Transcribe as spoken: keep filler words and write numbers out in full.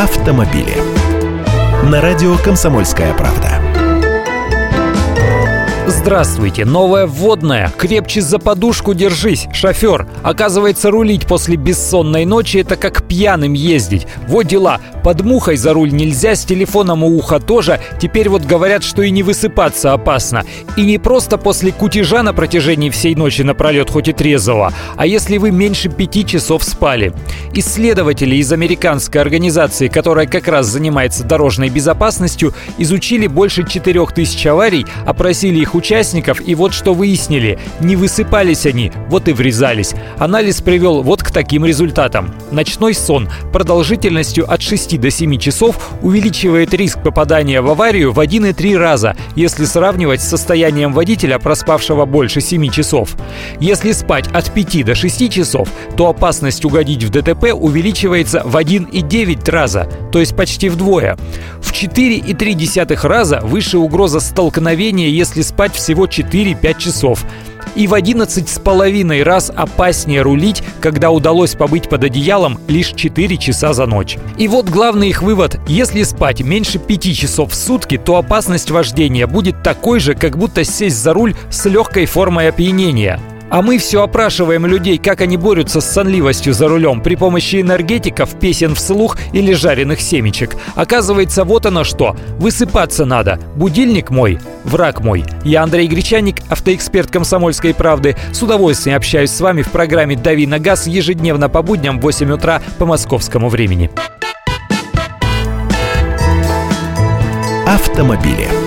автомобили. На радио «Комсомольская правда». Здравствуйте, новая вводная. Крепче за подушку держись, шофер. Оказывается, рулить после бессонной ночи — это как пьяным ездить. Вот дела. Под мухой за руль нельзя, с телефоном у уха тоже. Теперь вот говорят, что и не высыпаться опасно. И не просто после кутежа на протяжении всей ночи напролет, хоть и трезвого, а если вы меньше пяти часов спали. Исследователи из американской организации, которая как раз занимается дорожной безопасностью, изучили больше четырех тысяч аварий, опросили их участников, и вот что выяснили. Не высыпались они, вот и врезались. Анализ привел вот к таким результатам. Ночной сон продолжительностью от шести до семи часов увеличивает риск попадания в аварию в один и три раза, если сравнивать с состоянием водителя, проспавшего больше семи часов. Если спать от пяти до шести часов, то опасность угодить в ДТП увеличивается в один и девять раза, то есть почти вдвое. В четыре и три десятых раза выше угроза столкновения, если спать всего четыре-пять часов. И в одиннадцать с половиной раз опаснее рулить, когда удалось побыть под одеялом лишь четыре часа за ночь. И вот главный их вывод: если спать меньше пяти часов в сутки, то опасность вождения будет такой же, как будто сесть за руль с легкой формой опьянения. А мы все опрашиваем людей, как они борются с сонливостью за рулем при помощи энергетиков, песен вслух или жареных семечек. Оказывается, вот оно что. Высыпаться надо. Будильник мой – враг мой. Я Андрей Гречанник, автоэксперт «Комсомольской правды». С удовольствием общаюсь с вами в программе «Дави на газ» ежедневно по будням в восемь утра по московскому времени. Автомобили.